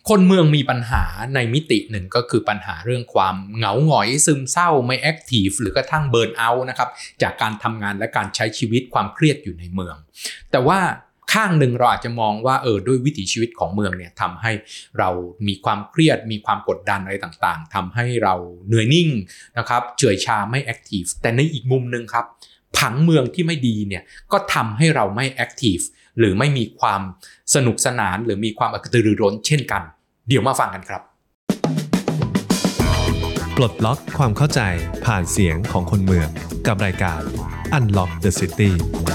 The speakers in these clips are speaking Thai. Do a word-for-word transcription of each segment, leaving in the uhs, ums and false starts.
คนเมืองมีปัญหาในมิติหนึ่งก็คือปัญหาเรื่องความเหงาหงอยซึมเศร้าไม่แอคทีฟหรือกระทั่งเบิร์นเอาท์นะครับจากการทำงานและการใช้ชีวิตความเครียดอยู่ในเมืองแต่ว่าข้างหนึ่งเราอาจจะมองว่าเออด้วยวิถีชีวิตของเมืองเนี่ยทำให้เรามีความเครียดมีความกดดันอะไรต่างๆทำให้เราเหนื่อยนิ่งนะครับเฉื่อยชาไม่แอคทีฟแต่ในอีกมุมนึงครับผังเมืองที่ไม่ดีเนี่ยก็ทำให้เราไม่แอคทีฟหรือไม่มีความสนุกสนานหรือมีความกระตือรือร้นเช่นกันเดี๋ยวมาฟังกันครับปลดล็อกความเข้าใจผ่านเสียงของคนเมืองกับรายการ Unlock the City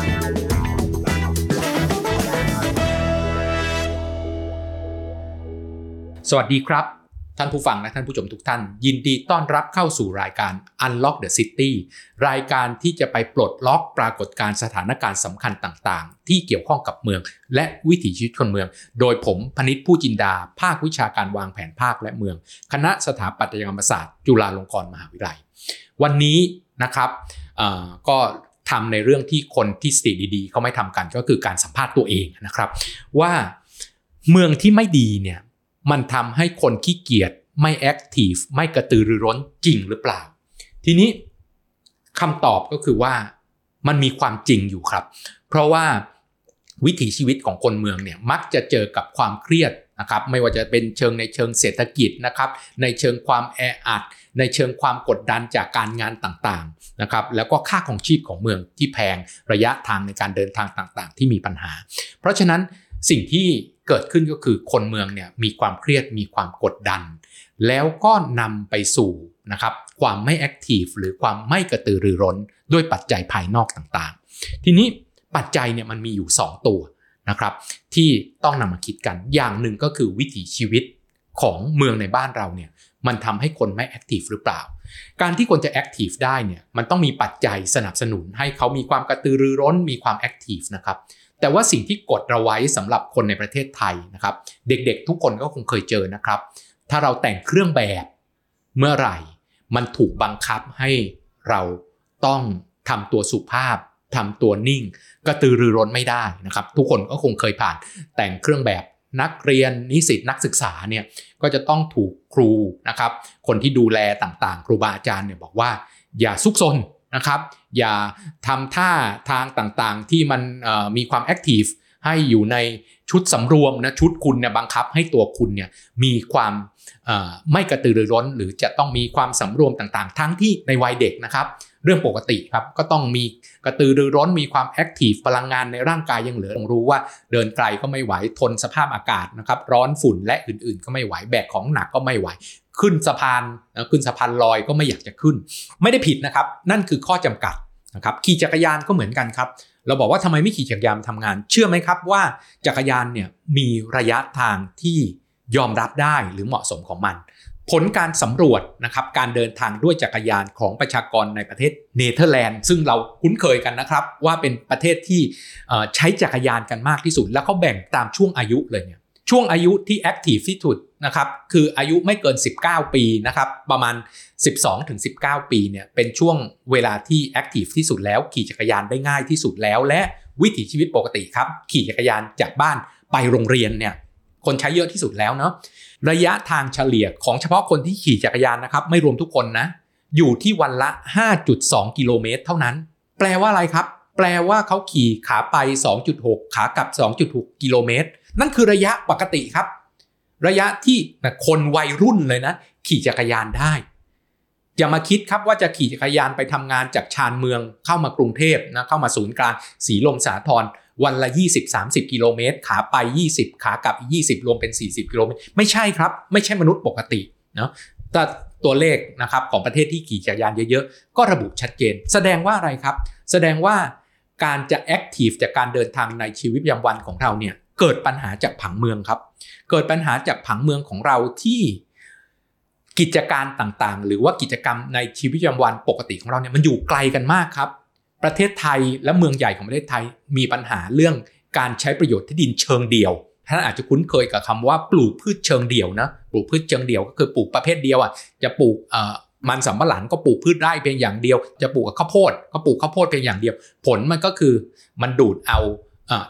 สวัสดีครับท่านผู้ฟังและท่านผู้ชมทุกท่านยินดีต้อนรับเข้าสู่รายการ Unlock the City รายการที่จะไปปลดล็อกปรากฏการณ์สถานการณ์สำคัญต่างๆที่เกี่ยวข้องกับเมืองและวิถีชีวิตคนเมืองโดยผมพนิษฐ์ผู้จินดาภาควิชาการวางแผนภาคและเมืองคณะสถาปัตยกรรมศาสตร์จุฬาลงกรณ์มหาวิทยาลัยวันนี้นะครับก็ทำในเรื่องที่คนที่สติดีๆเขาไม่ทำกันก็คือการสัมภาษณ์ตัวเองนะครับว่าเมืองที่ไม่ดีเนี่ยมันทำให้คนขี้เกียจไม่แอคทีฟไม่กระตือรือร้นจริงหรือเปล่าทีนี้คำตอบก็คือว่ามันมีความจริงอยู่ครับเพราะว่าวิถีชีวิตของคนเมืองเนี่ยมักจะเจอกับความเครียดนะครับไม่ว่าจะเป็นเชิงในเชิงเศรษฐกิจนะครับในเชิงความแออัดในเชิงความกดดันจากการงานต่างๆนะครับแล้วก็ค่าของชีพของเมืองที่แพงระยะทางในการเดินทางต่างๆที่มีปัญหาเพราะฉะนั้นสิ่งที่เกิดขึ้นก็คือคนเมืองเนี่ยมีความเครียดมีความกดดันแล้วก็นำไปสู่นะครับความไม่แอคทีฟหรือความไม่กระตือรือร้นด้วยปัจจัยภายนอกต่างๆทีนี้ปัจจัยเนี่ยมันมีอยู่สองตัวนะครับที่ต้องนำมาคิดกันอย่างหนึ่งก็คือวิถีชีวิตของเมืองในบ้านเราเนี่ยมันทำให้คนไม่แอคทีฟหรือเปล่าการที่คนจะแอคทีฟได้เนี่ยมันต้องมีปัจจัยสนับสนุนให้เขามีความกระตือรือร้นมีความแอคทีฟนะครับแต่ว่าสิ่งที่กดเราไว้สำหรับคนในประเทศไทยนะครับเด็กๆทุกคนก็คงเคยเจอนะครับถ้าเราแต่งเครื่องแบบเมื่อไหร่มันถูกบังคับให้เราต้องทำตัวสุภาพทำตัวนิ่งกระตือรือร้นไม่ได้นะครับทุกคนก็คงเคยผ่านแต่งเครื่องแบบนักเรียนนิสิตนักศึกษาเนี่ยก็จะต้องถูกครูนะครับคนที่ดูแลต่างๆครูบาอาจารย์เนี่ยบอกว่าอย่าซุกซนนะครับอย่าทำท่าทางต่างๆที่มันมีความแอคทีฟให้อยู่ในชุดสำรวมนะชุดคุณเนี่ยบังคับให้ตัวคุณเนี่ยมีความไม่กระตือรือร้นหรือจะต้องมีความสำรวมต่างๆทั้งที่ในวัยเด็กนะครับเรื่องปกติครับก็ต้องมีกระตือรือร้นมีความแอคทีฟพลังงานในร่างกายยังเหลือต้องรู้ว่าเดินไกลก็ไม่ไหวทนสภาพอากาศนะครับร้อนฝุ่นและอื่นๆก็ไม่ไหวแบกของหนักก็ไม่ไหวขึ้นสะพานขึ้นสะพานลอยก็ไม่อยากจะขึ้นไม่ได้ผิดนะครับนั่นคือข้อจำกัดนะครับขี่จักรยานก็เหมือนกันครับเราบอกว่าทำไมไม่ขี่จักรยานทำงานเชื่อไหมครับว่าจักรยานเนี่ยมีระยะทางที่ยอมรับได้หรือเหมาะสมของมันผลการสำรวจนะครับการเดินทางด้วยจักรยานของประชากรในประเทศเนเธอร์แลนด์ซึ่งเราคุ้นเคยกันนะครับว่าเป็นประเทศที่ใช้จักรยานกันมากที่สุดแล้วเขาแบ่งตามช่วงอายุเลยเนี่ยช่วงอายุที่แอคทีฟที่สุดนะครับคืออายุไม่เกินสิบเก้าปีนะครับประมาณ สิบสองถึงสิบเก้า ปีเนี่ยเป็นช่วงเวลาที่แอคทีฟที่สุดแล้วขี่จักรยานได้ง่ายที่สุดแล้วและวิถีชีวิตปกติครับขี่จักรยานจากบ้านไปโรงเรียนเนี่ยคนใช้เยอะที่สุดแล้วเนาะระยะทางเฉลี่ยของเฉพาะคนที่ขี่จักรยานนะครับไม่รวมทุกคนนะอยู่ที่วันละ ห้าจุดสอง กิโลเมตรเท่านั้นแปลว่าอะไรครับแปลว่าเขาขี่ขาไป สองจุดหก ขากลับ สองจุดหก กิโลเมตรนั่นคือระยะปกติครับระยะที่คนวัยรุ่นเลยนะขี่จักรยานได้อย่ามาคิดครับว่าจะขี่จักรยานไปทำงานจากชานเมืองเข้ามากรุงเทพนะเข้ามาศูนย์กลางศรีลมสาธรวันละ ยี่สิบถึงสามสิบ กิโลเมตรขาไปยี่สิบขากลับอีกยี่สิบรวมเป็นสี่สิบกิโลเมตรไม่ใช่ครับไม่ใช่มนุษย์ปกติเนาะแต่ตัวเลขนะครับของประเทศที่ขี่จักรยานเยอะๆก็ระบุชัดเจนแสดงว่าอะไรครับแสดงว่าการจะแอคทีฟจากการเดินทางในชีวิตประจำวันของเราเนี่ยเกิดปัญหาจากผังเมืองครับเกิดปัญหาจากผังเมืองของเราที่กิจการต่างๆหรือว่ากิจกรรมในชีวิตประจำวันปกติของเราเนี่ยมันอยู่ไกลกันมากครับประเทศไทยและเมืองใหญ่ของประเทศไทยมีปัญหาเรื่องการใช้ประโยชน์ที่ดินเชิงเดี่ยวท่านอาจจะคุ้นเคยกับคำว่าปลูกพืชเชิงเดี่ยวนะปลูกพืชเชิงเดี่ยวก็คือปลูกประเภทเดียวอ่ะจะปลูกเอ่อมันสำปะหลังก็ปลูกพืชไร่เพียงอย่างเดียวจะปลูกข้าวโพดก็ปลูกข้าวโพดเพียงอย่างเดียวผลมันก็คือมันดูดเอาเอ่อ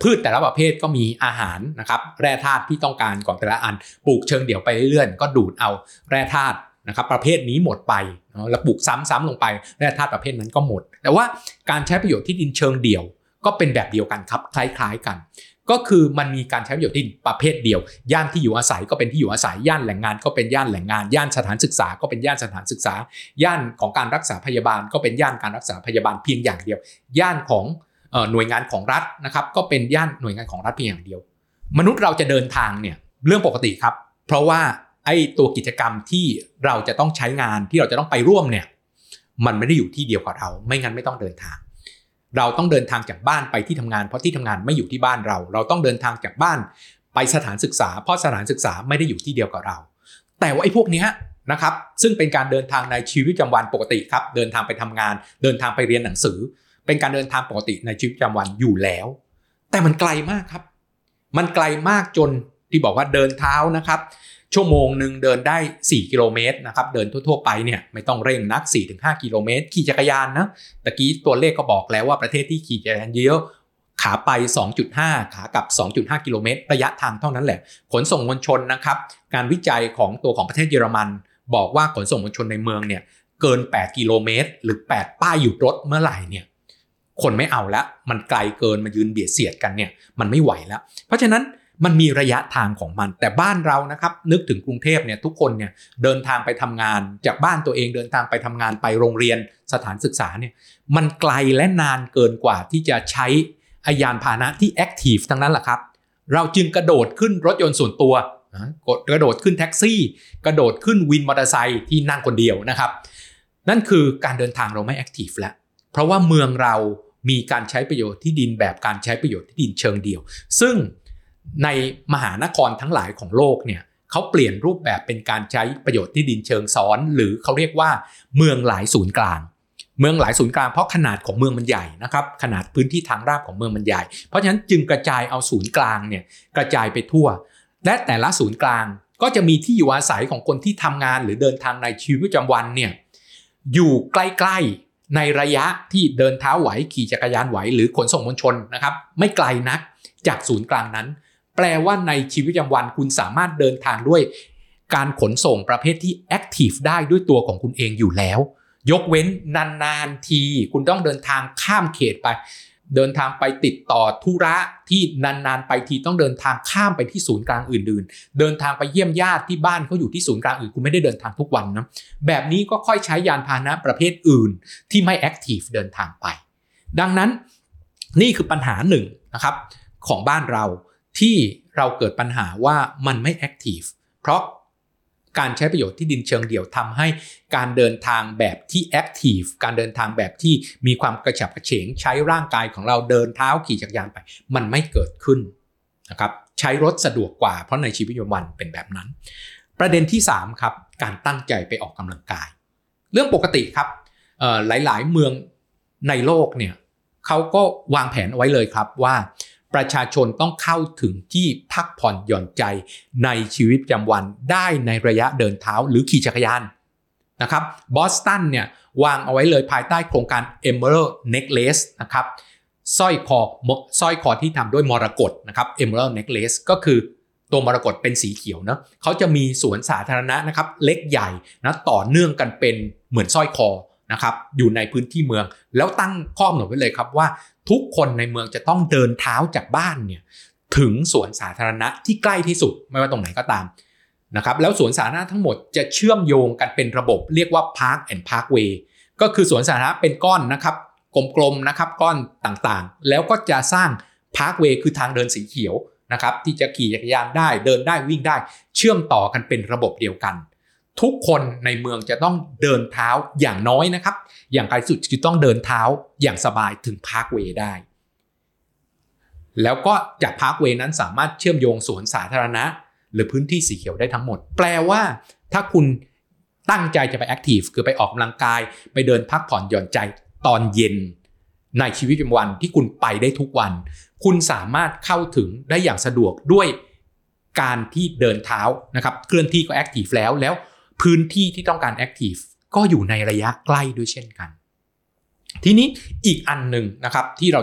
พืชแต่ละประเภทก็มีอาหารนะครับแร่ธาตุที่ต้องการของแต่ละอันปลูกเชิงเดี่ยวไปเรื่อยๆก็ดูดเอาแร่ธาตุนะครับประเภทนี้หมดไปแล้วปลูกซ้ำๆลงไปแร่ธาตุประเภทนั้นก็หมดแต่ว่าการใช้ประโยชน์ที่ดินเชิงเดี่ยวก็เป็นแบบเดียวกันครับคล้ายๆกันก็คือมันมีการใช้ประโยชน์ที่ดินประเภทเดียวย่านที่อยู่อาศัยก็เป็นที่อยู่อาศัยย่านแหล่งงานก็เป็นย่านแหล่งงานย่านสถานศึกษาก็เป็นย่านสถานศึกษาย่านของการรักษาพยาบาลก็เป็นย่านการรักษาพยาบาลเพียงอย่างเดียวย่านของหน่วยงานของรัฐนะครับก็เป็นย่านหน่วยงานของรัฐเพียงอย่างเดียวมนุษย์เราจะเดินทางเนี่ยเรื่องปกติครับเพราะว่าไอ้ตัวกิจกรรมที่เราจะต้องใช้งานที่เราจะต้องไปร่วมเนี่ยมันไม่ได้อยู่ที่เดียวกับเราไม่งั้นไม่ต้องเดินทางเราต้องเดินทางจากบ้านไปที่ทำงานเพราะที่ทำงานไม่อยู่ที่บ้านเราเราต้องเดินทางจากบ้านไปสถานศึกษาเพราะสถานศึกษาไม่ได้อยู่ที่เดียวกับเราแต่ว่าไอ้พวกนี้นะครับซึ่งเป็นการเดินทางในชีวิตประจำวันปกติครับเดินทางไปทำงานเดินทางไปเรียนหนังสือเป็นการเดินทางปกติในชีวิตประจำวันอยู่แล้วแต่มันไกลมากครับมันไกลมากจนที่บอกว่าเดินเท้านะครับชั่วโมงนึงเดินได้สี่กิโลเมตรนะครับเดินทั่วๆไปเนี่ยไม่ต้องเร่งนัก สี่ถึงห้า กิโลเมตรขี่จักรยานนะตะกี้ตัวเลขก็บอกแล้วว่าประเทศที่ขี่จักรยานเยอะขาไป สองจุดห้า ขากลับ สองจุดห้า กิโลเมตรระยะทางเท่านั้นแหละขนส่งมวลชนนะครับการวิจัยของตัวของประเทศเยอรมันบอกว่าขนส่งมวลชนในเมืองเนี่ยเกินแปดกิโลเมตรหรือแปดป้ายหยุดรถเมื่อไหร่เนี่ยคนไม่เอาแล้วมันไกลเกินมายืนเบียดเสียดกันเนี่ยมันไม่ไหวแล้วเพราะฉะนั้นมันมีระยะทางของมันแต่บ้านเรานะครับนึกถึงกรุงเทพเนี่ยทุกคนเนี่ยเดินทางไปทำงานจากบ้านตัวเองเดินทางไปทำงานไปโรงเรียนสถานศึกษาเนี่ยมันไกลและนานเกินกว่าที่จะใช้ยานพาหนะที่แอคทีฟทั้งนั้นแหละครับเราจึงกระโดดขึ้นรถยนต์ส่วนตัวกระโดดขึ้นแท็กซี่กระโดดขึ้นวินมอเตอร์ไซค์ที่นั่งคนเดียวนะครับนั่นคือการเดินทางเราไม่แอคทีฟแล้วเพราะว่าเมืองเรามีการใช้ประโยชน์ที่ดินแบบการใช้ประโยชน์ที่ดินเชิงเดี่ยวซึ่งในมหานครทั้งหลายของโลกเนี่ยเขาเปลี่ยนรูปแบบเป็นการใช้ประโยชน์ที่ดินเชิงซ้อนหรือเขาเรียกว่าเมืองหลายศูนย์กลางเมืองหลายศูนย์กลางเพราะขนาดของเมืองมันใหญ่นะครับขนาดพื้นที่ทางราบของเมืองมันใหญ่เพราะฉะนั้นจึงกระจายเอาศูนย์กลางเนี่ยกระจายไปทั่วและแต่ละศูนย์กลางก็จะมีที่อยู่อาศัยของคนที่ทำงานหรือเดินทางในชีวิตประจำวันเนี่ยอยู่ใกล้ๆในระยะที่เดินเท้าไหวขี่จักรยานไหวหรือขนส่งมวลชนนะครับไม่ไกลนักจากศูนย์กลางนั้นแปลว่าในชีวิตประจำวันคุณสามารถเดินทางด้วยการขนส่งประเภทที่แอคทีฟได้ด้วยตัวของคุณเองอยู่แล้วยกเว้นนานๆทีคุณต้องเดินทางข้ามเขตไปเดินทางไปติดต่อธุระที่นานๆไปทีต้องเดินทางข้ามไปที่ศูนย์กลางอื่นๆเดินทางไปเยี่ยมญาติที่บ้านเขาอยู่ที่ศูนย์กลางอื่นคุณไม่ได้เดินทางทุกวันนะแบบนี้ก็ค่อยใช้ยานพาหนะประเภทอื่นที่ไม่แอคทีฟเดินทางไปดังนั้นนี่คือปัญหาหนึ่งนะครับของบ้านเราที่เราเกิดปัญหาว่ามันไม่แอคทีฟเพราะการใช้ประโยชน์ที่ดินเชิงเดี่ยวทำให้การเดินทางแบบที่แอคทีฟการเดินทางแบบที่มีความกระฉับกระเฉงใช้ร่างกายของเราเดินเท้าขี่จักรยานไปมันไม่เกิดขึ้นนะครับใช้รถสะดวกกว่าเพราะในชีวิตประจำวันเป็นแบบนั้นประเด็นที่สามครับการตั้งใจไปออกกำลังกายเรื่องปกติครับหลายๆเมืองในโลกเนี่ยเขาก็วางแผนเอาไว้เลยครับว่าประชาชนต้องเข้าถึงที่พักผ่อนหย่อนใจในชีวิตประจำวันได้ในระยะเดินเท้าหรือขี่จักรยานนะครับบอสตันเนี่ยวางเอาไว้เลยภายใต้โครงการ Emerald Necklace นะครับสร้อยคอสร้อยคอที่ทำด้วยมรกตนะครับ Emerald Necklace ก็คือตัวมรกตเป็นสีเขียวนะเขาจะมีสวนสาธารณะนะครับเล็กใหญ่นะต่อเนื่องกันเป็นเหมือนสร้อยคอนะครับอยู่ในพื้นที่เมืองแล้วตั้งข้อกำหนดไว้เลยครับว่าทุกคนในเมืองจะต้องเดินเท้าจากบ้านเนี่ยถึงสวนสาธารณะที่ใกล้ที่สุดไม่ว่าตรงไหนก็ตามนะครับแล้วสวนสาธารณะทั้งหมดจะเชื่อมโยงกันเป็นระบบเรียกว่า Park and Parkway ก็คือสวนสาธารณะเป็นก้อนนะครับกลมๆนะครับก้อนต่างๆแล้วก็จะสร้าง Parkway คือทางเดินสีเขียวนะครับที่จะขี่จักรยานได้เดินได้วิ่งได้เชื่อมต่อกันเป็นระบบเดียวกันทุกคนในเมืองจะต้องเดินเท้าอย่างน้อยนะครับอย่างไกลสุดคือต้องเดินเท้าอย่างสบายถึงพาร์คเวย์ได้แล้วก็จากพาร์คเวย์นั้นสามารถเชื่อมโยงสวนสาธารณะหรือพื้นที่สีเขียวได้ทั้งหมดแปลว่าถ้าคุณตั้งใจจะไปแอคทีฟคือไปออกกำลังกายไปเดินพักผ่อนหย่อนใจตอนเย็นในชีวิตประจำวันที่คุณไปได้ทุกวันคุณสามารถเข้าถึงได้อย่างสะดวกด้วยการที่เดินเท้านะครับเคลื่อนที่ก็แอคทีฟแล้วแล้วพื้นที่ที่ต้องการแอคทีฟก็อยู่ในระยะใกล้ด้วยเช่นกันทีนี้อีกอันหนึ่งนะครับที่เราต้อง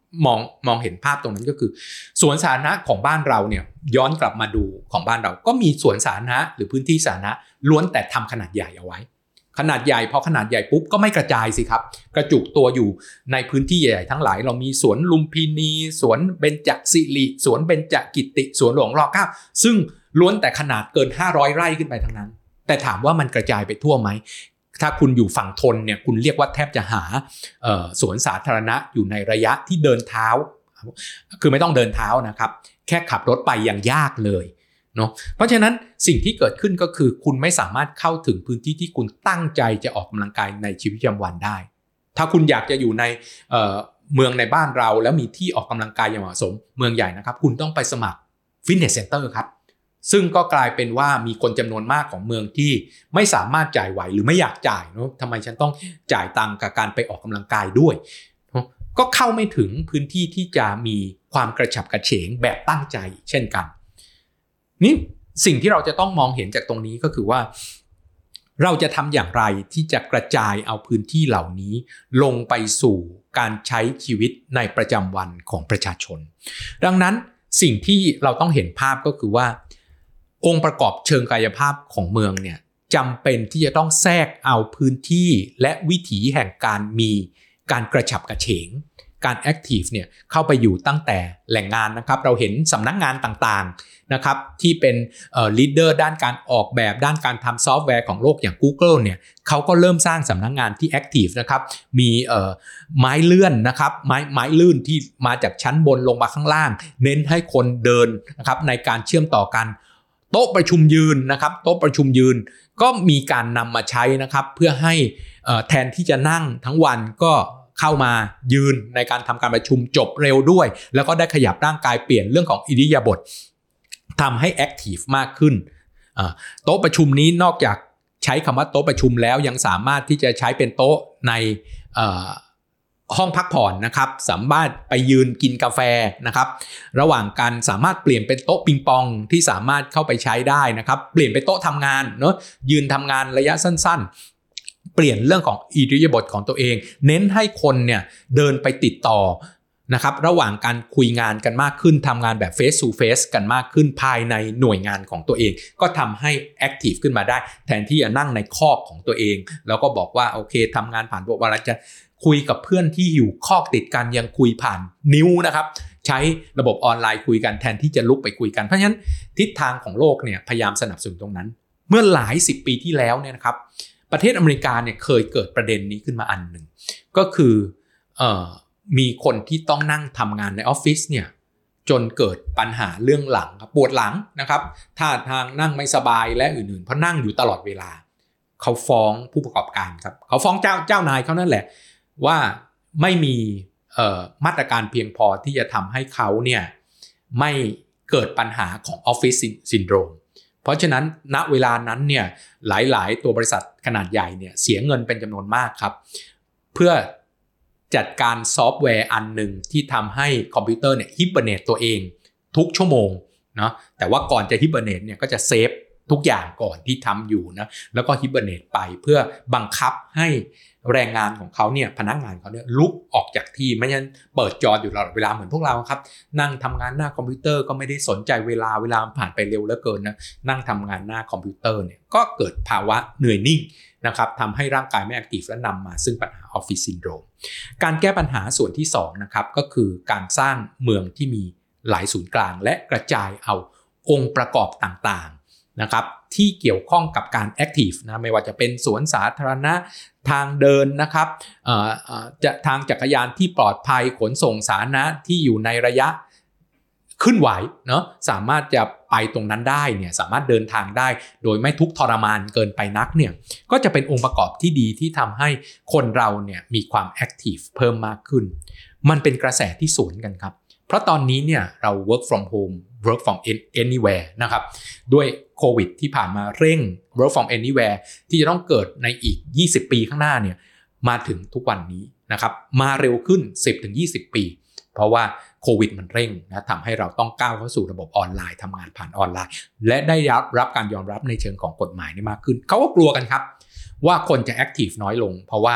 มองมองเห็นภาพตรงนั้นก็คือสวนสาธารณะของบ้านเราเนี่ยย้อนกลับมาดูของบ้านเราก็มีสวนสาธารณะหรือพื้นที่สาธารณะล้วนแต่ทำขนาดใหญ่เอาไว้ขนาดใหญ่พอขนาดใหญ่ปุ๊บก็ไม่กระจายสิครับกระจุกตัวอยู่ในพื้นที่ใหญ่ทั้งหลายเรามีสวนลุมพินีสวนเบญจสิริสวนเบญจกิติสวนหลวงรอเก้าซึ่งล้วนแต่ขนาดเกินห้าร้อยไร่ขึ้นไปทั้งนั้นแต่ถามว่ามันกระจายไปทั่วไหมถ้าคุณอยู่ฝั่งทนเนี่ยคุณเรียกว่าแทบจะหาสวนสาธารณะอยู่ในระยะที่เดินเท้าคือไม่ต้องเดินเท้านะครับแค่ขับรถไปยังยากเลยเนาะเพราะฉะนั้นสิ่งที่เกิดขึ้นก็คือคุณไม่สามารถเข้าถึงพื้นที่ที่คุณตั้งใจจะออกกำลังกายในชีวิตประจำวันได้ถ้าคุณอยากจะอยู่ในเอ่อเมืองในบ้านเราแล้วมีที่ออกกำลังกายอย่างเหมาะสมเมืองใหญ่นะครับคุณต้องไปสมัครฟิตเนสเซ็นเตอร์ครับซึ่งก็กลายเป็นว่ามีคนจำนวนมากของเมืองที่ไม่สามารถจ่ายไหวหรือไม่อยากจ่ายเนาะทำไมฉันต้องจ่ายตังค์กับการไปออกกำลังกายด้วยก็เข้าไม่ถึงพื้นที่ที่จะมีความกระฉับกระเฉงแบบตั้งใจเช่นกันนี่สิ่งที่เราจะต้องมองเห็นจากตรงนี้ก็คือว่าเราจะทำอย่างไรที่จะกระจายเอาพื้นที่เหล่านี้ลงไปสู่การใช้ชีวิตในประจำวันของประชาชนดังนั้นสิ่งที่เราต้องเห็นภาพก็คือว่าองค์ประกอบเชิงกายภาพของเมืองเนี่ยจำเป็นที่จะต้องแทรกเอาพื้นที่และวิถีแห่งการมีการกระฉับกระเฉงการแอคทีฟเนี่ยเข้าไปอยู่ตั้งแต่แหล่งงานนะครับเราเห็นสำนักงานต่างๆนะครับที่เป็นเอ่อลีดเดอร์ด้านการออกแบบด้านการทำซอฟต์แวร์ของโลกอย่าง Google เนี่ยเขาก็เริ่มสร้างสำนักงานที่แอคทีฟนะครับมีเอ่อไม้เลื่อนนะครับไม้ไม้ลื่นที่มาจากชั้นบนลงมาข้างล่างเน้นให้คนเดินนะครับในการเชื่อมต่อกันโต๊ะประชุมยืนนะครับโต๊ะประชุมยืนก็มีการนำมาใช้นะครับเพื่อให้เอ่อแทนที่จะนั่งทั้งวันก็เข้ามายืนในการทำการประชุมจบเร็วด้วยแล้วก็ได้ขยับร่างกายเปลี่ยนเรื่องของอิริยาบถทำให้แอคทีฟมากขึ้นโต๊ะประชุมนี้นอกจากใช้คำว่าโต๊ะประชุมแล้วยังสามารถที่จะใช้เป็นโต๊ะในห้องพักผ่อนนะครับสามารถไปยืนกินกาแฟนะครับระหว่างกันสามารถเปลี่ยนเป็นโต๊ะปิงปองที่สามารถเข้าไปใช้ได้นะครับเปลี่ยนเป็นโต๊ะทำงานเนาะยืนทำงานระยะสั้นๆเปลี่ยนเรื่องของอิริยาบถของตัวเองเน้นให้คนเนี่ยเดินไปติดต่อนะครับระหว่างการคุยงานกันมากขึ้นทำงานแบบ face to face กันมากขึ้นภายในหน่วยงานของตัวเองก็ทำให้แอคทีฟขึ้นมาได้แทนที่จะนั่งในคอกของตัวเองแล้วก็บอกว่าโอเคทำงานผ่านระบบออนไลน์จะคุยกับเพื่อนที่อยู่คอกติดกันยังคุยผ่านนิ้วนะครับใช้ระบบออนไลน์คุยกันแทนที่จะลุกไปคุยกันเพราะฉะนั้นทิศทางของโลกเนี่ยพยายามสนับสนุนตรงนั้นเมื่อหลายสิบปีที่แล้วเนี่ยนะครับประเทศอเมริกาเนี่ยเคยเกิดประเด็นนี้ขึ้นมาอันหนึ่งก็คือเอ่อมีคนที่ต้องนั่งทำงานในออฟฟิศเนี่ยจนเกิดปัญหาเรื่องหลังครับปวดหลังนะครับท่าทางนั่งไม่สบายและอื่นๆเพราะนั่งอยู่ตลอดเวลาเขาฟ้องผู้ประกอบการครับเขาฟ้องเจ้าเจ้านายเขานั่นแหละว่าไม่มีเอ่อมาตรการเพียงพอที่จะทำให้เขาเนี่ยไม่เกิดปัญหาของออฟฟิศซินโดรมเพราะฉะนั้นณเวลานั้นเนี่ยหลายๆตัวบริษัทขนาดใหญ่เนี่ยเสียเงินเป็นจำนวนมากครับเพื่อจัดการซอฟต์แวร์อันหนึ่งที่ทำให้คอมพิวเตอร์เนี่ยฮิบเบอร์เนตตัวเองทุกชั่วโมงเนาะแต่ว่าก่อนจะฮิบเบอร์เนตเนี่ยก็จะเซฟทุกอย่างก่อนที่ทำอยู่นะแล้วก็ฮิบเบอร์เนตไปเพื่อบังคับให้แรงงานของเขาเนี่ยพนักงานเขาเนี่ยลุกออกจากที่ไม่งั้นเปิดจออยู่ตลอดเวลาเหมือนพวกเราครับนั่งทำงานหน้าคอมพิวเตอร์ก็ไม่ได้สนใจเวลาเวลาผ่านไปเร็วเหลือเกินนะนั่งทำงานหน้าคอมพิวเตอร์เนี่ยก็เกิดภาวะเหนื่อยนิ่งนะครับทำให้ร่างกายไม่แอคทีฟและนำมาซึ่งปัญหาออฟฟิศซินโดรมการแก้ปัญหาส่วนที่สองนะครับก็คือการสร้างเมืองที่มีหลายศูนย์กลางและกระจายเอาองค์ประกอบต่างๆนะครับที่เกี่ยวข้องกับการแอคทีฟนะไม่ว่าจะเป็นสวนสาธารณะทางเดินนะครับจะทางจักรยานที่ปลอดภัยขนส่งสาธารณะที่อยู่ในระยะขึ้นไหวเนาะสามารถจะไปตรงนั้นได้เนี่ยสามารถเดินทางได้โดยไม่ทุกข์ทรมานเกินไปนักเนี่ยก็จะเป็นองค์ประกอบที่ดีที่ทำให้คนเราเนี่ยมีความแอคทีฟเพิ่มมากขึ้นมันเป็นกระแสที่สวนกันครับเพราะตอนนี้เนี่ยเรา work from home work from anywhere นะครับด้วยโควิดที่ผ่านมาเร่ง work from anywhere ที่จะต้องเกิดในอีกยี่สิบปีข้างหน้าเนี่ยมาถึงทุกวันนี้นะครับมาเร็วขึ้น สิบถึงยี่สิบ ปีเพราะว่าโควิดมันเร่งนะทำให้เราต้องก้าวเข้าสู่ระบบออนไลน์ทำงานผ่านออนไลน์และได้รับรับการยอมรับในเชิงของกฎหมายนี่มากขึ้นเขาก็กลัวกันครับว่าคนจะแอคทีฟน้อยลงเพราะว่า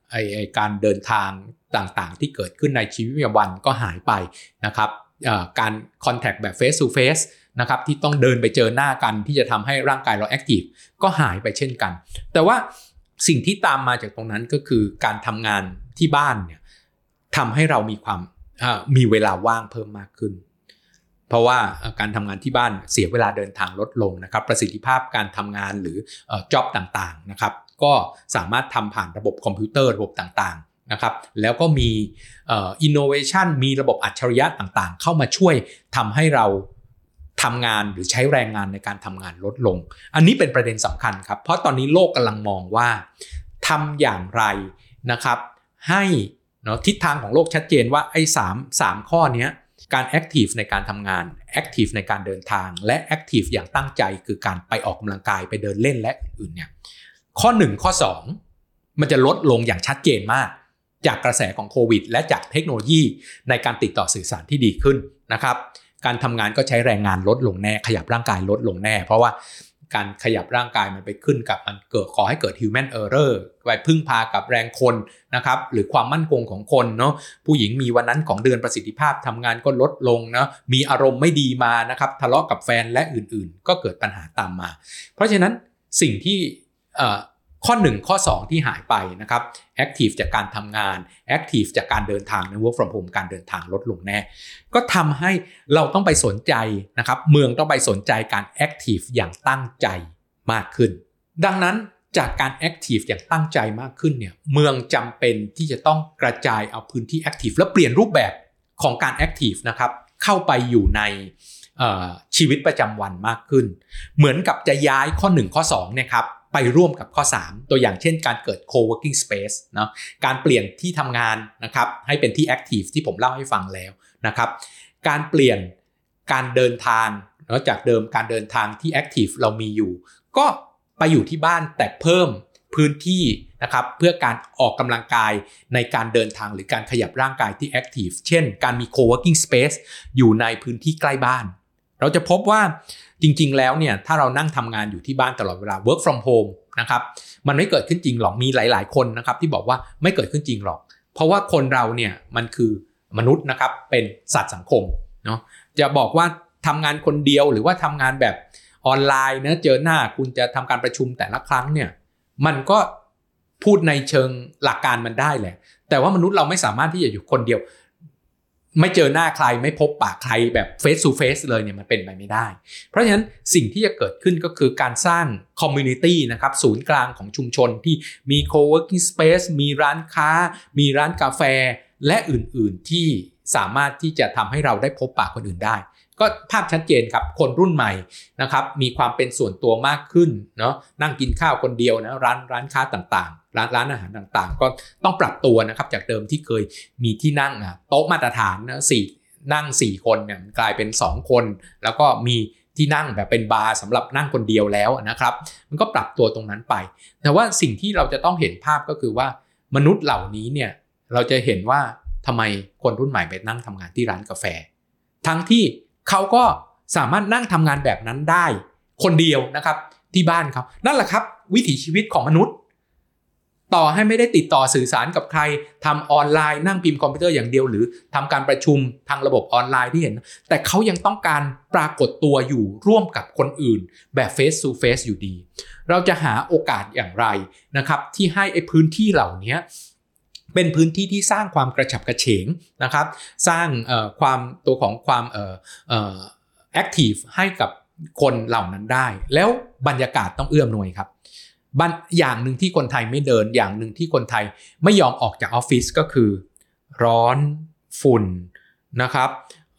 ไอ้ไอ้การเดินทางต่างๆที่เกิดขึ้นในชีวิตประจำวันก็หายไปนะครับการคอนแทคแบบ face to face นะครับที่ต้องเดินไปเจอหน้ากันที่จะทำให้ร่างกายเราแอคทีฟก็หายไปเช่นกันแต่ว่าสิ่งที่ตามมาจากตรงนั้นก็คือการทำงานที่บ้านเนี่ยทำให้เรามีความมีเวลาว่างเพิ่มมากขึ้นเพราะว่าการทำงานที่บ้านเสียเวลาเดินทางลดลงนะครับประสิทธิภาพการทำงานหรือจ็อบต่างๆนะครับก็สามารถทำผ่านระบบคอมพิวเตอร์ระบบต่างๆนะครับแล้วก็มีเอ่อ innovation มีระบบอัจฉริยะต่างๆเข้ามาช่วยทำให้เราทำงานหรือใช้แรงงานในการทำงานลดลงอันนี้เป็นประเด็นสำคัญครับเพราะตอนนี้โลกกำลังมองว่าทำอย่างไรนะครับให้เนาะทิศทางของโลกชัดเจนว่าไอ้สาม สามข้อนี้การแอคทีฟในการทำงานแอคทีฟในการเดินทางและแอคทีฟอย่างตั้งใจคือการไปออกกำลังกายไปเดินเล่นและอื่นๆเนี่ยข้อหนึ่งข้อสองมันจะลดลงอย่างชัดเจนมากจากกระแสของโควิดและจากเทคโนโลยีในการติดต่อสื่อสารที่ดีขึ้นนะครับการทำงานก็ใช้แรงงานลดลงแน่ขยับร่างกายลดลงแน่เพราะว่าการขยับร่างกายมันไปขึ้นกับมันเกิดขอให้เกิด human error ไปพึ่งพากับแรงคนนะครับหรือความมั่นคงของคนเนาะผู้หญิงมีวันนั้นของเดือนประสิทธิภาพทำงานก็ลดลงนะมีอารมณ์ไม่ดีมานะครับทะเลาะกับแฟนและอื่นๆก็เกิดปัญหาตามมาเพราะฉะนั้นสิ่งที่เอ่อข้อหนึ่งข้อสองที่หายไปนะครับ active จากการทำงาน active จากการเดินทางใน work from home การเดินทางลดลงแน่ก็ทำให้เราต้องไปสนใจนะครับเมืองต้องไปสนใจการ active อย่างตั้งใจมากขึ้นดังนั้นจากการ active อย่างตั้งใจมากขึ้นเนี่ยเมืองจำเป็นที่จะต้องกระจายเอาพื้นที่ active และเปลี่ยนรูปแบบของการ active นะครับเข้าไปอยู่ในชีวิตประจำวันมากขึ้นเหมือนกับจะย้ายข้อหนึ่งข้อสองเนี่ยครับไปร่วมกับข้อสามตัวอย่างเช่นการเกิด co-working space เนาะการเปลี่ยนที่ทำงานนะครับให้เป็นที่ active ที่ผมเล่าให้ฟังแล้วนะครับการเปลี่ยนการเดินทางเนาะจากเดิมการเดินทางที่ active เรามีอยู่ก็ไปอยู่ที่บ้านแต่เพิ่มพื้นที่นะครับเพื่อการออกกำลังกายในการเดินทางหรือการขยับร่างกายที่ active เช่นการมี co-working space อยู่ในพื้นที่ใกล้บ้านเราจะพบว่าจริงๆแล้วเนี่ยถ้าเรานั่งทำงานอยู่ที่บ้านตลอดเวลา work from home นะครับมันไม่เกิดขึ้นจริงหรอกมีหลายๆคนนะครับที่บอกว่าไม่เกิดขึ้นจริงหรอกเพราะว่าคนเราเนี่ยมันคือมนุษย์นะครับเป็นสัตว์สังคมเนาะจะบอกว่าทำงานคนเดียวหรือว่าทำงานแบบออนไลน์นะเจอหน้าคุณจะทำการประชุมแต่ละครั้งเนี่ยมันก็พูดในเชิงหลักการมันได้แหละแต่ว่ามนุษย์เราไม่สามารถที่จะอยู่คนเดียวไม่เจอหน้าใครไม่พบปะใครแบบ face to face เลยเนี่ยมันเป็นไปไม่ได้เพราะฉะนั้นสิ่งที่จะเกิดขึ้นก็คือการสร้าง community นะครับศูนย์กลางของชุมชนที่มี co-working space มีร้านค้ามีร้านกาแฟและอื่นๆที่สามารถที่จะทำให้เราได้พบปะคนอื่นได้ก็ภาพชัดเจนครับคนรุ่นใหม่นะครับมีความเป็นส่วนตัวมากขึ้นเนาะนั่งกินข้าวคนเดียวนะร้านร้านค้าต่างๆร้านร้านอาหารต่างๆก็ต้องปรับตัวนะครับจากเดิมที่เคยมีที่นั่งอ่ะโต๊ะมาตรฐานนะสี่นั่งสี่คนเนี่ยกลายเป็นสองคนแล้วก็มีที่นั่งแบบเป็นบาร์สำหรับนั่งคนเดียวแล้วนะครับมันก็ปรับตัวตรงนั้นไปแต่ว่าสิ่งที่เราจะต้องเห็นภาพก็คือว่ามนุษย์เหล่านี้เนี่ยเราจะเห็นว่าทำไมคนรุ่นใหม่ไปนั่งทำงานที่ร้านกาแฟทั้งที่เขาก็สามารถนั่งทำงานแบบนั้นได้คนเดียวนะครับที่บ้านเขานั่นแหละครับวิถีชีวิตของมนุษย์ต่อให้ไม่ได้ติดต่อสื่อสารกับใครทำออนไลน์นั่งพิมพ์คอมพิวเตอร์อย่างเดียวหรือทำการประชุมทางระบบออนไลน์ที่เห็นแต่เขายังต้องการปรากฏตัวอยู่ร่วมกับคนอื่นแบบ face to face อยู่ดีเราจะหาโอกาสอย่างไรนะครับที่ให้ไอ้พื้นที่เหล่านี้เป็นพื้นที่ที่สร้างความกระฉับกระเฉงนะครับสร้างความตัวของความเอ่อเอ่อแอคทีฟให้กับคนเหล่านั้นได้แล้วบรรยากาศต้องเอื้อมหน่วยครับอย่างหนึ่งที่คนไทยไม่เดินอย่างหนึ่งที่คนไทยไม่ยอมออกจากออฟฟิศก็คือร้อนฝุ่นนะครับ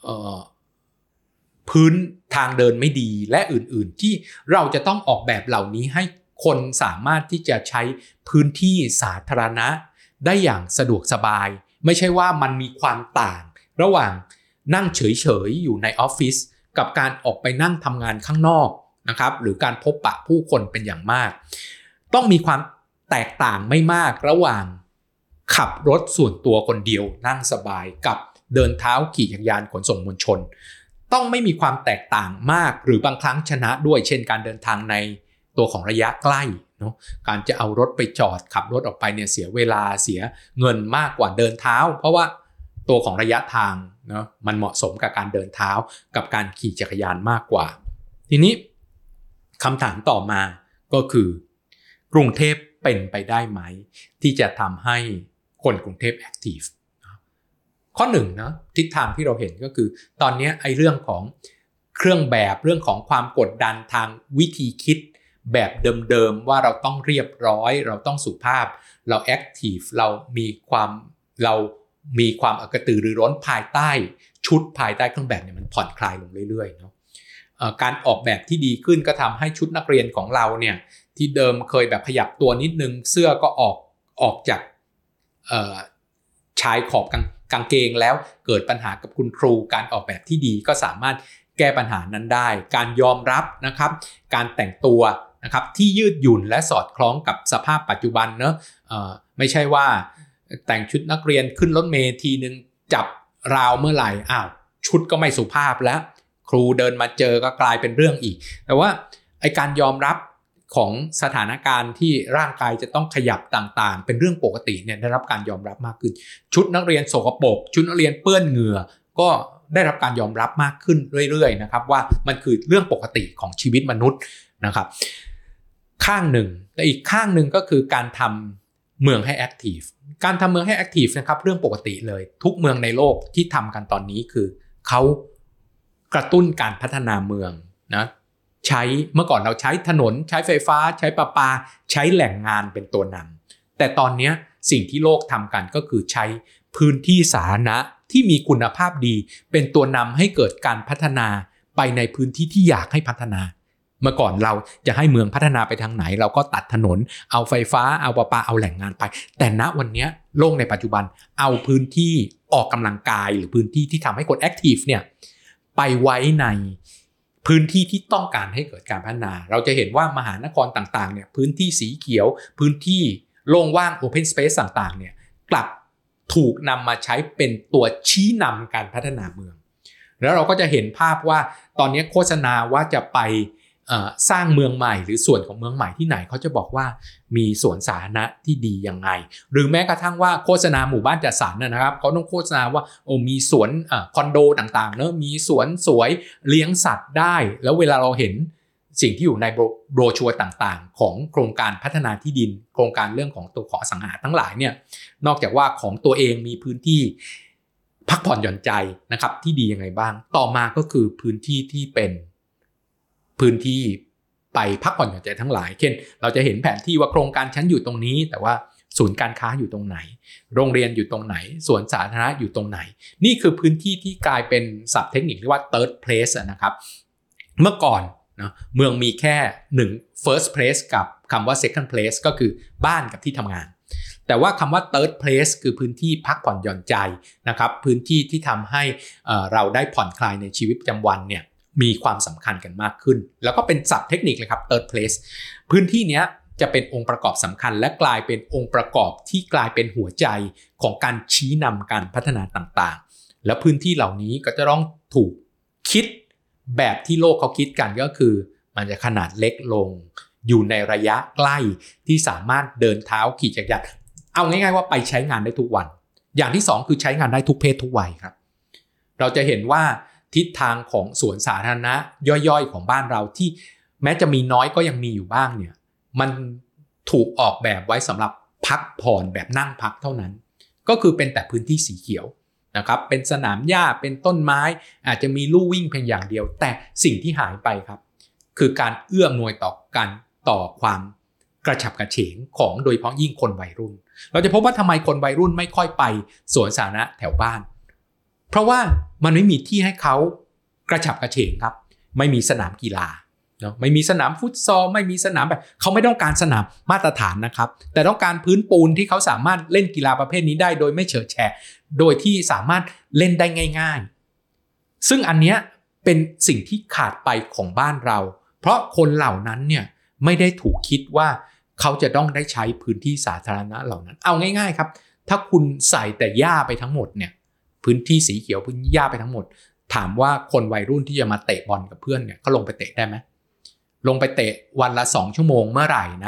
พื้นทางเดินไม่ดีและอื่นๆที่เราจะต้องออกแบบเหล่านี้ให้คนสามารถที่จะใช้พื้นที่สาธารณะได้อย่างสะดวกสบายไม่ใช่ว่ามันมีความต่างระหว่างนั่งเฉยๆอยู่ในออฟฟิศกับการออกไปนั่งทำงานข้างนอกนะครับหรือการพบปะผู้คนเป็นอย่างมากต้องมีความแตกต่างไม่มากระหว่างขับรถส่วนตัวคนเดียวนั่งสบายกับเดินเท้าขี่จักรยานขนส่งมวลชนต้องไม่มีความแตกต่างมากหรือบางครั้งชนะด้วยเช่นการเดินทางในตัวของระยะใกล้เนาะการจะเอารถไปจอดขับรถออกไปเนี่ยเสียเวลาเสียเงินมากกว่าเดินเท้าเพราะว่าตัวของระยะทางเนาะมันเหมาะสมกับการเดินเท้ากับการขี่จักรยานมากกว่าทีนี้คำถามต่อมาก็คือกรุงเทพเป็นไปได้ไหมที่จะทำให้คนกรุงเทพแอคทีฟข้อหนึ่งนะทิศทางที่เราเห็นก็คือตอนนี้ไอ้เรื่องของเครื่องแบบเรื่องของความกดดันทางวิธีคิดแบบเดิมๆว่าเราต้องเรียบร้อยเราต้องสุภาพเราแอคทีฟเรามีความเรามีความกระตือรือร้นภายใต้ชุดภายใต้เครื่องแบบเนี่ยมันผ่อนคลายลงเรื่อยๆเนาะการออกแบบที่ดีขึ้นก็ทำให้ชุดนักเรียนของเราเนี่ยที่เดิมเคยแบบขยับตัวนิดนึงเสื้อก็ออกออกจากชายขอบกางกางเกงแล้วเกิดปัญหากับคุณครูการออกแบบที่ดีก็สามารถแก้ปัญหานั้นได้การยอมรับนะครับการแต่งตัวนะครับที่ยืดหยุ่นและสอดคล้องกับสภาพปัจจุบันเนอะไม่ใช่ว่าแต่งชุดนักเรียนขึ้นรถเมล์ทีนึงจับราวเมื่อไหร่อ้าวชุดก็ไม่สุภาพแล้วครูเดินมาเจอก็กลายเป็นเรื่องอีกแต่ว่าไอการยอมรับของสถานการณ์ที่ร่างกายจะต้องขยับต่างๆเป็นเรื่องปกติเนี่ยได้รับการยอมรับมากขึ้นชุดนักเรียนสกปรกชุดนักเรียนเปื้อนเหงื่อก็ได้รับการยอมรับมากขึ้นเรื่อยๆนะครับว่ามันคือเรื่องปกติของชีวิตมนุษย์นะครับข้างหนึ่งแต่อีกข้างหนึ่งก็คือการทำเมืองให้แอคทีฟการทำเมืองให้แอคทีฟนะครับเรื่องปกติเลยทุกเมืองในโลกที่ทำกันตอนนี้คือเขากระตุ้นการพัฒนาเมืองนะใช้เมื่อก่อนเราใช้ถนนใช้ไฟฟ้าใช้ประปาใช้แหล่งงานเป็นตัวนำแต่ตอนนี้สิ่งที่โลกทำกันก็คือใช้พื้นที่สาธารณะที่มีคุณภาพดีเป็นตัวนำให้เกิดการพัฒนาไปในพื้นที่ที่อยากให้พัฒนาเมื่อก่อนเราจะให้เมืองพัฒนาไปทางไหนเราก็ตัดถนนเอาไฟฟ้าเอาประปาเอาแหล่งงานไปแต่ณวันนี้โลกในปัจจุบันเอาพื้นที่ออกกำลังกายหรือพื้นที่ที่ทำให้คนแอคทีฟเนี่ยไปไว้ในพื้นที่ที่ต้องการให้เกิดการพัฒนาเราจะเห็นว่ามหานครต่างๆเนี่ยพื้นที่สีเขียวพื้นที่โล่งว่าง Open Space ต่างๆเนี่ยกลับถูกนำมาใช้เป็นตัวชี้นำการพัฒนาเมืองแล้วเราก็จะเห็นภาพว่าตอนนี้โฆษณาว่าจะไปสร้างเมืองใหม่หรือส่วนของเมืองใหม่ที่ไหนเขาจะบอกว่ามีสวนสาธารณะที่ดียังไงหรือแม้กระทั่งว่าโฆษณาหมู่บ้านจัดสรรนะครับเขาต้องโฆษณาว่าโอ้มีสวนคอนโดต่างๆเนอะมีสวนสวยเลี้ยงสัตว์ได้แล้วเวลาเราเห็นสิ่งที่อยู่ในโบรชัวร์ต่างๆของโครงการพัฒนาที่ดินโครงการเรื่องของตัวของอสังหาทั้งหลายเนี่ยนอกจากว่าของตัวเองมีพื้นที่พักผ่อนหย่อนใจนะครับที่ดียังไงบ้างต่อมาก็คือพื้นที่ที่เป็นพื้นที่ไปพักผ่อนหย่อนใจทั้งหลายเช่นเราจะเห็นแผนที่ว่าโครงการชั้นอยู่ตรงนี้แต่ว่าศูนย์การค้าอยู่ตรงไหนโรงเรียนอยู่ตรงไหนสวนสาธารณะอยู่ตรงไหนนี่คือพื้นที่ที่กลายเป็นศัพท์เทคนิคเรียกว่า third place นะครับเมื่อก่อนนะเมืองมีแค่หนึ่ง first place กับคำว่า second place ก็คือบ้านกับที่ทำงานแต่ว่าคำว่า third place คือพื้นที่พักผ่อนหย่อนใจนะครับพื้นที่ที่ทำให้เราได้ผ่อนคลายในชีวิตประจำวันเนี่ยมีความสำคัญกันมากขึ้นแล้วก็เป็นศัพท์เทคนิคเลยครับ third place พื้นที่นี้จะเป็นองค์ประกอบสำคัญและกลายเป็นองค์ประกอบที่กลายเป็นหัวใจของการชี้นำการพัฒนาต่างๆแล้วพื้นที่เหล่านี้ก็จะต้องถูกคิดแบบที่โลกเขาคิดกันก็คือมันจะขนาดเล็กลงอยู่ในระยะใกล้ที่สามารถเดินเท้าขี่จักรยานเอาง่ายๆว่าไปใช้งานได้ทุกวันอย่างที่สองคือใช้งานได้ทุกเพศทุกวัยครับเราจะเห็นว่าทิศทางของสวนสาธารณะย่อยๆของบ้านเราที่แม้จะมีน้อยก็ยังมีอยู่บ้างเนี่ยมันถูกออกแบบไว้สำหรับพักผ่อนแบบนั่งพักเท่านั้นก็คือเป็นแต่พื้นที่สีเขียวนะครับเป็นสนามหญ้าเป็นต้นไม้อาจจะมีลู่วิ่งเพียงอย่างเดียวแต่สิ่งที่หายไปครับคือการเอื้ออำนวยต่อการต่อความกระฉับกระเฉงของโดยเฉพาะยิ่งคนวัยรุ่นเราจะพบว่าทำไมคนวัยรุ่นไม่ค่อยไปสวนสาธารณะแถวบ้านเพราะว่ามันไม่มีที่ให้เขากระฉับกระเฉงครับไม่มีสนามกีฬาเนาะไม่มีสนามฟุตซอลไม่มีสนามแบบเขาไม่ต้องการสนามมาตรฐานนะครับแต่ต้องการพื้นปูนที่เขาสามารถเล่นกีฬาประเภทนี้ได้โดยไม่เฉอะแฉะโดยที่สามารถเล่นได้ง่ายๆซึ่งอันเนี้ยเป็นสิ่งที่ขาดไปของบ้านเราเพราะคนเหล่านั้นเนี่ยไม่ได้ถูกคิดว่าเขาจะต้องได้ใช้พื้นที่สาธารณะเหล่านั้นเอาง่ายๆครับถ้าคุณใส่แต่หญ้าไปทั้งหมดเนี่ยพื้นที่สีเขียวพื้นหญ้าไปทั้งหมดถามว่าคนวัยรุ่นที่จะมาเตะบอลกับเพื่อนเนี่ยเขาลงไปเตะได้ไหมลงไปเตะวันละสองชั่วโมงเมื่อไหร่นะ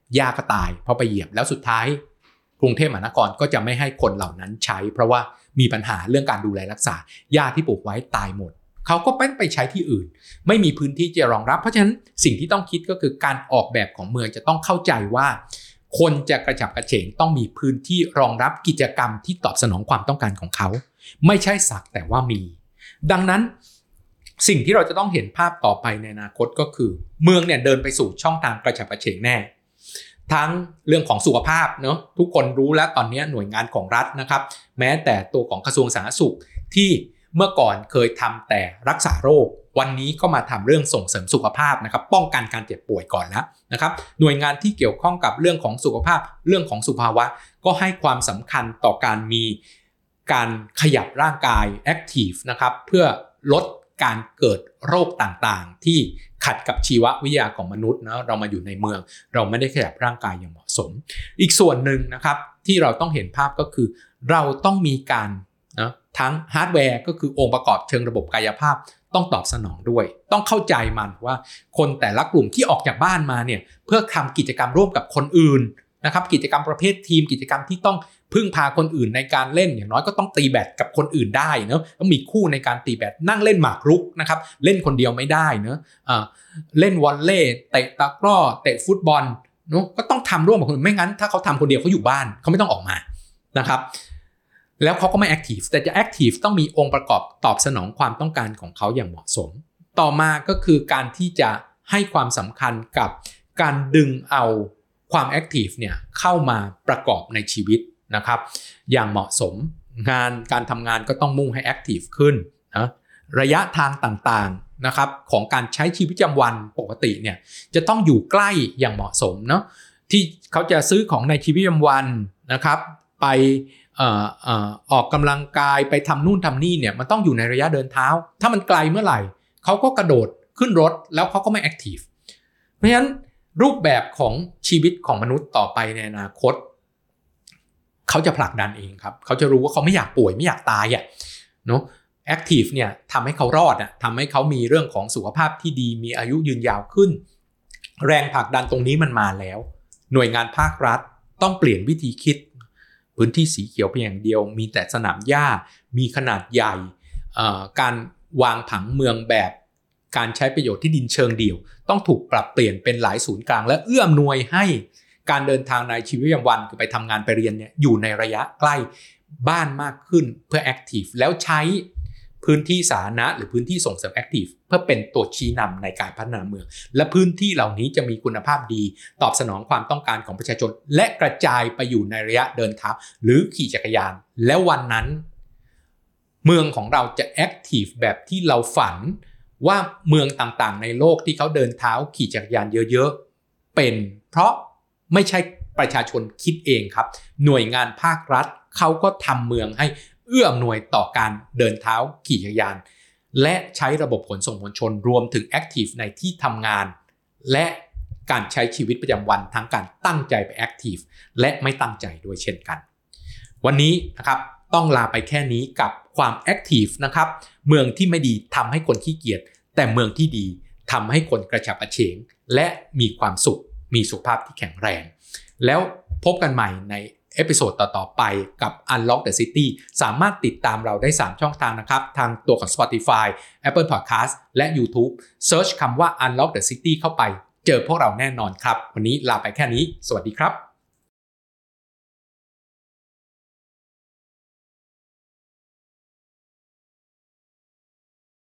หญ้าก็ตายเพราะไปเหยียบแล้วสุดท้ายกรุงเทพมหานครก็จะไม่ให้คนเหล่านั้นใช้เพราะว่ามีปัญหาเรื่องการดูแลรักษาหญ้าที่ปลูกไว้ตายหมดเขาก็ไปไปใช้ที่อื่นไม่มีพื้นที่จะรองรับเพราะฉะนั้นสิ่งที่ต้องคิดก็คือการออกแบบของเมืองจะต้องเข้าใจว่าคนจะกระฉับกระเฉงต้องมีพื้นที่รองรับกิจกรรมที่ตอบสนองความต้องการของเขาไม่ใช่สักแต่ว่ามีดังนั้นสิ่งที่เราจะต้องเห็นภาพต่อไปในอนาคตก็คือเมืองเนี่ยเดินไปสู่ช่องทางกระฉับกระเฉงแน่ทั้งเรื่องของสุขภาพเนาะทุกคนรู้แล้วตอนนี้หน่วยงานของรัฐนะครับแม้แต่ตัวของกระทรวงสาธารณสุขที่เมื่อก่อนเคยทำแต่รักษาโรควันนี้ก็มาทำเรื่องส่งเสริมสุขภาพนะครับป้องกันการเจ็บป่วยก่อนแล้วนะครับหน่วยงานที่เกี่ยวข้องกับเรื่องของสุขภาพเรื่องของสุขภาวะก็ให้ความสำคัญต่อการมีการขยับร่างกาย active นะครับเพื่อลดการเกิดโรคต่างๆที่ขัดกับชีววิทยาของมนุษย์นะเรามาอยู่ในเมืองเราไม่ได้ขยับร่างกายอย่างเหมาะสมอีกส่วนหนึ่งนะครับที่เราต้องเห็นภาพก็คือเราต้องมีการนะทั้งฮาร์ดแวร์ก็คือองค์ประกอบเชิงระบบกายภาพต้องตอบสนองด้วยต้องเข้าใจมันว่าคนแต่ละกลุ่มที่ออกจากบ้านมาเนี่ยเพื่อทำกิจกรรมร่วมกับคนอื่นนะครับกิจกรรมประเภททีมกิจกรรมที่ต้องพึ่งพาคนอื่นในการเล่นอย่างน้อยก็ต้องตีแบดกับคนอื่นได้เนอะต้องมีคู่ในการตีแบดนั่งเล่นหมากรุกนะครับเล่นคนเดียวไม่ได้เนอะอ่าเล่นวอลเลย์เตะตะกร้อเตะฟุตบอลเนอะก็ต้องทำร่วมกับคนอื่นไม่งั้นถ้าเขาทำคนเดียวเขาอยู่บ้านเขาไม่ต้องออกมานะครับแล้วเขาก็ไม่แอคทีฟแต่จะแอคทีฟต้องมีองค์ประกอบตอบสนองความต้องการของเขาอย่างเหมาะสมต่อมาก็คือการที่จะให้ความสำคัญกับการดึงเอาความแอคทีฟเนี่ยเข้ามาประกอบในชีวิตนะครับอย่างเหมาะสมงานการทำงานก็ต้องมุ่งให้แอคทีฟขึ้นนะระยะทางต่างๆนะครับของการใช้ชีวิตประจำวันปกติเนี่ยจะต้องอยู่ใกล้อย่างเหมาะสมเนาะที่เขาจะซื้อของในชีวิตประจำวันนะครับไปเอ่อเอ่อออกกำลังกายไปทำนู่นทำนี่เนี่ยมันต้องอยู่ในระยะเดินเท้าถ้ามันไกลเมื่อไหร่เขาก็กระโดดขึ้นรถแล้วเขาก็ไม่แอคทีฟเพราะฉะนั้นรูปแบบของชีวิตของมนุษย์ต่อไปในอนาคตเขาจะผลักดันเองครับเขาจะรู้ว่าเขาไม่อยากป่วยไม่อยากตายอ่ะเนาะแอคทีฟเนี่ยทำให้เขารอดอ่ะทำให้เขามีเรื่องของสุขภาพที่ดีมีอายุยืนยาวขึ้นแรงผลักดันตรงนี้มันมาแล้วหน่วยงานภาครัฐต้องเปลี่ยนวิธีคิดพื้นที่สีเขียวเพียงอย่างเดียวมีแต่สนามหญ้ามีขนาดใหญ่การวางผังเมืองแบบการใช้ประโยชน์ที่ดินเชิงเดี่ยวต้องถูกปรับเปลี่ยนเป็นหลายศูนย์กลางและเอื้ออำนวยให้การเดินทางในชีวิตประจำวันคือไปทำงานไปเรียนเนี่ยอยู่ในระยะใกล้บ้านมากขึ้นเพื่อแอคทีฟแล้วใช้พื้นที่สาธารณะหรือพื้นที่ส่งเสริมแอคทีฟเพื่อเป็นตัวชี้นำในการพัฒนาเมืองและพื้นที่เหล่านี้จะมีคุณภาพดีตอบสนองความต้องการของประชาชนและกระจายไปอยู่ในระยะเดินเท้าหรือขี่จักรยานแล้ววันนั้นเมืองของเราจะแอคทีฟแบบที่เราฝันว่าเมืองต่างๆในโลกที่เขาเดินเท้าขี่จักรยานเยอะๆเป็นเพราะไม่ใช่ประชาชนคิดเองครับหน่วยงานภาครัฐเขาก็ทำเมืองให้เอื้ออำนวยต่อการเดินเท้าขี่จักรยานและใช้ระบบขนส่งมวลชนรวมถึงแอคทีฟในที่ทำงานและการใช้ชีวิตประจำวันทั้งการตั้งใจไปแอคทีฟและไม่ตั้งใจด้วยเช่นกันวันนี้นะครับต้องลาไปแค่นี้กับความแอคทีฟนะครับเมืองที่ไม่ดีทำให้คนขี้เกียจแต่เมืองที่ดีทำให้คนกระฉับกระเฉงและมีความสุขมีสุขภาพที่แข็งแรงแล้วพบกันใหม่ในเอพิโซดต่อๆไปกับ Unlock the City สามารถติดตามเราได้สามช่องทางนะครับทางตัวของ Spotify Apple Podcast และ YouTube Search คำว่า Unlock the City เข้าไปเจอพวกเราแน่นอนครับวันนี้ลาไปแค่นี้สวัสดีครับ